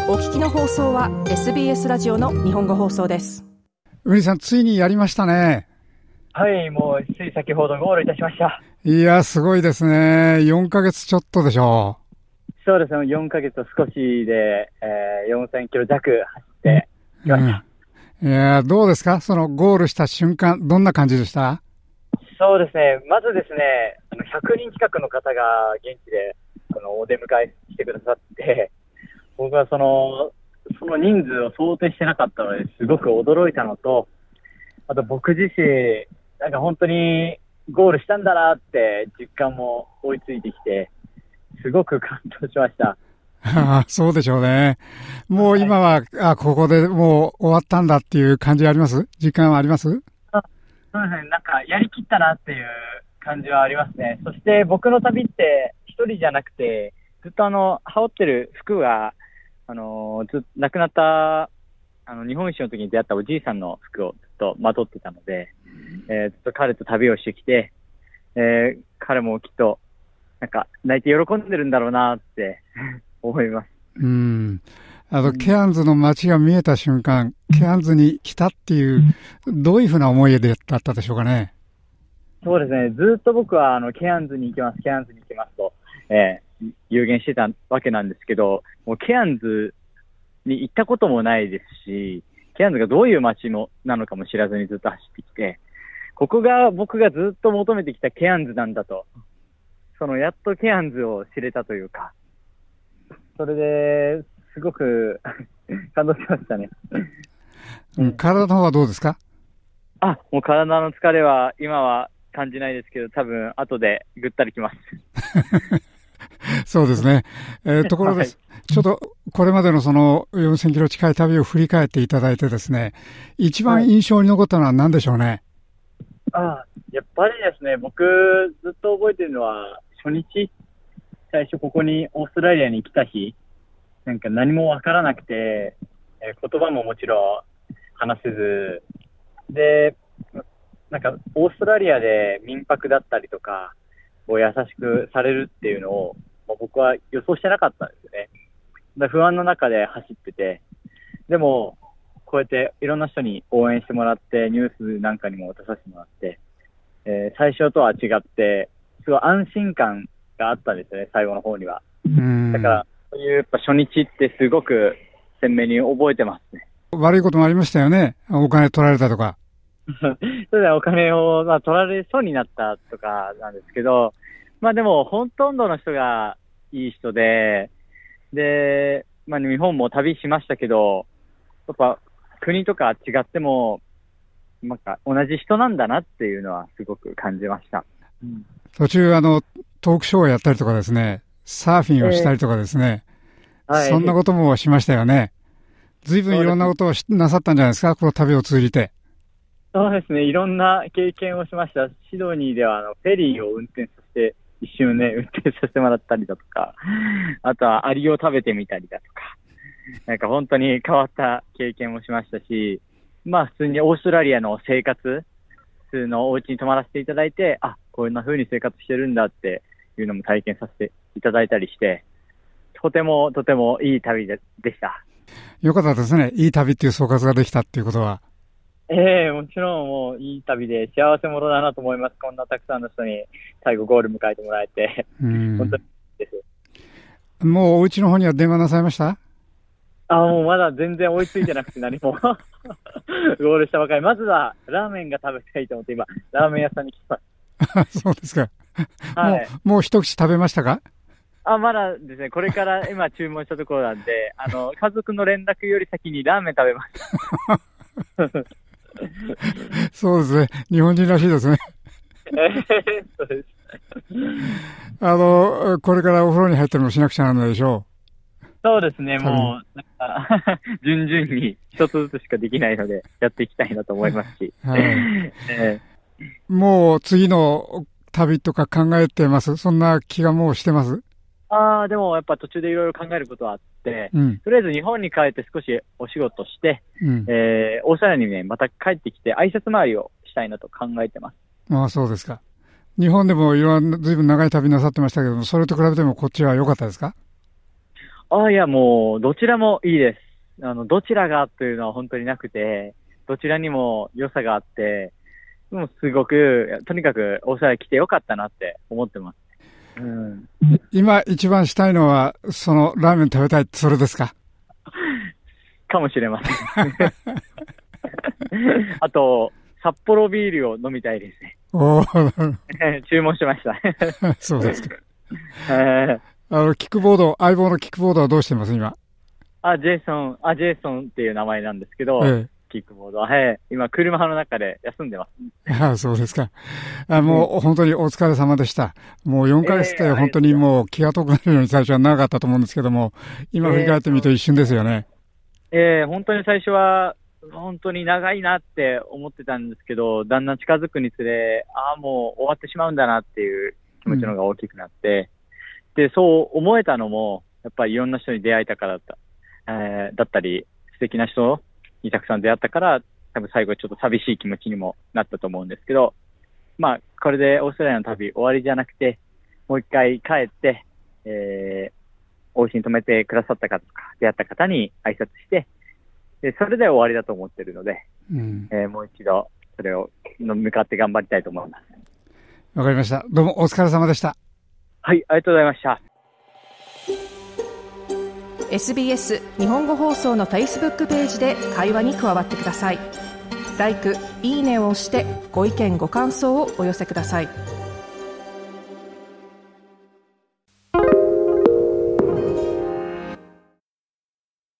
お聞きの放送は SBS ラジオの日本語放送です。 ウニさん、ついにやりましたね。 はい、もうつい先ほどゴールいたしました。 いや、すごいですね。4ヶ月ちょっとでしょう。そうですね、4ヶ月と少しで、4000キロ弱走ってきました。 いや、どうですか、そのゴールした瞬間、どんな感じでした？ そうですね、まずですね、100人近くの方が現地でお出迎えしてくださって、僕はその人数を想定してなかったのですごく驚いたのと、あと僕自身、なんか本当にゴールしたんだなって実感も追いついてきて、すごく感動しました。 そうでしょうね。もう今は、ここでもう終わったんだっていう感じはあります？時間はあります？ そうですね、なんかやりきったなっていう感じはありますね。そして僕の旅って一人じゃなくて、ずっと羽織ってる服が、亡くなった日本一周の時に出会ったおじいさんの服をずっとまとってたので、ずっと彼と旅をしてきて、彼もきっとなんか泣いて喜んでるんだろうなって思います。 ケアンズの街が見えた瞬間、ケアンズに来たっていう、どういうふうな思いだったでしょうかね。 そうですね、ずっと僕はケアンズに行きます、ケアンズに行きますと、有言してたわけなんですけど、もうケアンズに行ったこともないですし、ケアンズがどういう街なのかも知らずにずっと走ってきて、ここが僕がずっと求めてきたケアンズなんだと、やっとケアンズを知れたというか、それですごく感動しましたね。 体の方はどうですか？ もう体の疲れは今は感じないですけど、多分後でぐったりきます。 そうですね。ところで、ちょっとこれまでのその4000キロ近い旅を振り返っていただいてですね、一番印象に残ったのは何でしょうね。 やっぱりですね、僕ずっと覚えてるのは初日、最初ここにオーストラリアに来た日、なんか何もわからなくて、言葉ももちろん話せずで、なんかオーストラリアで民泊だったりとかを優しくされるっていうのを僕は予想してなかったんですよね。不安の中で走ってて、でもこうやっていろんな人に応援してもらって、ニュースなんかにも出させてもらって、最初とは違ってすごい安心感があったんですよね、最後の方には。だからそういうやっぱ初日ってすごく鮮明に覚えてますね。 悪いこともありましたよね。お金取られたとか。 それでお金を、取られそうになったとかなんですけど、でもほとんどの人がいい人で、日本も旅しましたけど、やっぱ国とか違ってもなんか同じ人なんだなっていうのはすごく感じました。 途中トークショーをやったりとかですね、サーフィンをしたりとかですね、そんなこともしましたよね。随分いろんなことをなさったんじゃないですか、この旅を通じて。 そうですね、いろんな経験をしました。シドニーではフェリーを運転させて、一瞬ね、運転させてもらったりだとか、あとはアリを食べてみたりだとか、なんか本当に変わった経験もしましたし、普通にオーストラリアの生活、普通のお家に泊まらせていただいて、こんな風に生活してるんだっていうのも体験させていただいたりして、とてもとてもいい旅でした。 よかったですね。いい旅っていう総括ができたっていうことは。 もちろんもういい旅で幸せ者だなと思います。こんなたくさんの人に最後ゴール迎えてもらえて。本当にです。 もうお家の方には電話なさいました？ もうまだ全然追いついてなくて何も。ゴールしたばかり。まずはラーメンが食べたいと思って今、ラーメン屋さんに来ました。そうですか。 はい。 もう一口食べましたか？ まだですね、これから今注文したところなんで、家族の連絡より先にラーメン食べました。 そうですね。日本人らしいですね。 そうです。 これからお風呂に入ったりもしなくちゃならないでしょう。そうですね、もう、順々に一つずつしかできないので、やっていきたいなと思いますし。 もう次の旅とか考えてます？そんな気がもうしてます？ でもやっぱ途中でいろいろ考えることはあって、とりあえず日本に帰って少しお仕事して、オーストラリアにね、また帰ってきて挨拶回りをしたいなと考えてます。 そうですか。日本でもずいぶん長い旅なさってましたけども、それと比べてもこっちは良かったですか？ いや、もう、どちらもいいです。どちらがというのは本当になくて、どちらにも良さがあって、もうすごく、とにかくオーストラリア来てよかったなって思ってます。うん、 今一番したいのは、そのラーメン食べたいってそれですか？ かもしれません。あと、札幌ビールを飲みたいですね。注文しました。 そうですか。キックボード、相棒のキックボードはどうしてます今？ ジェイソンっていう名前なんですけど、キックボードは、今、車の中で休んでます。 そうですか。もう本当にお疲れ様でした。もう4ヶ月って本当にもう気が遠くなるように最初は長かったと思うんですけども、今振り返ってみると一瞬ですよね。 本当に最初は、本当に長いなって思ってたんですけど、だんだん近づくにつれ、もう終わってしまうんだなっていう気持ちの方が大きくなって、で、そう思えたのも、やっぱりいろんな人に出会えたからだったり、素敵な人にたくさん出会ったから、多分最後ちょっと寂しい気持ちにもなったと思うんですけど、これでオーストラリアの旅終わりじゃなくて、もう一回帰って、お家に泊めてくださった方とか、出会った方に挨拶して、でそれで終わりだと思ってるので、もう一度それを向かって頑張りたいと思います。 わかりました。どうもお疲れ様でした。 はい、ありがとうございました。 SBS 日本語放送の Facebook ページで会話に加わってください。LIKE、いいねを押してご意見ご感想をお寄せください。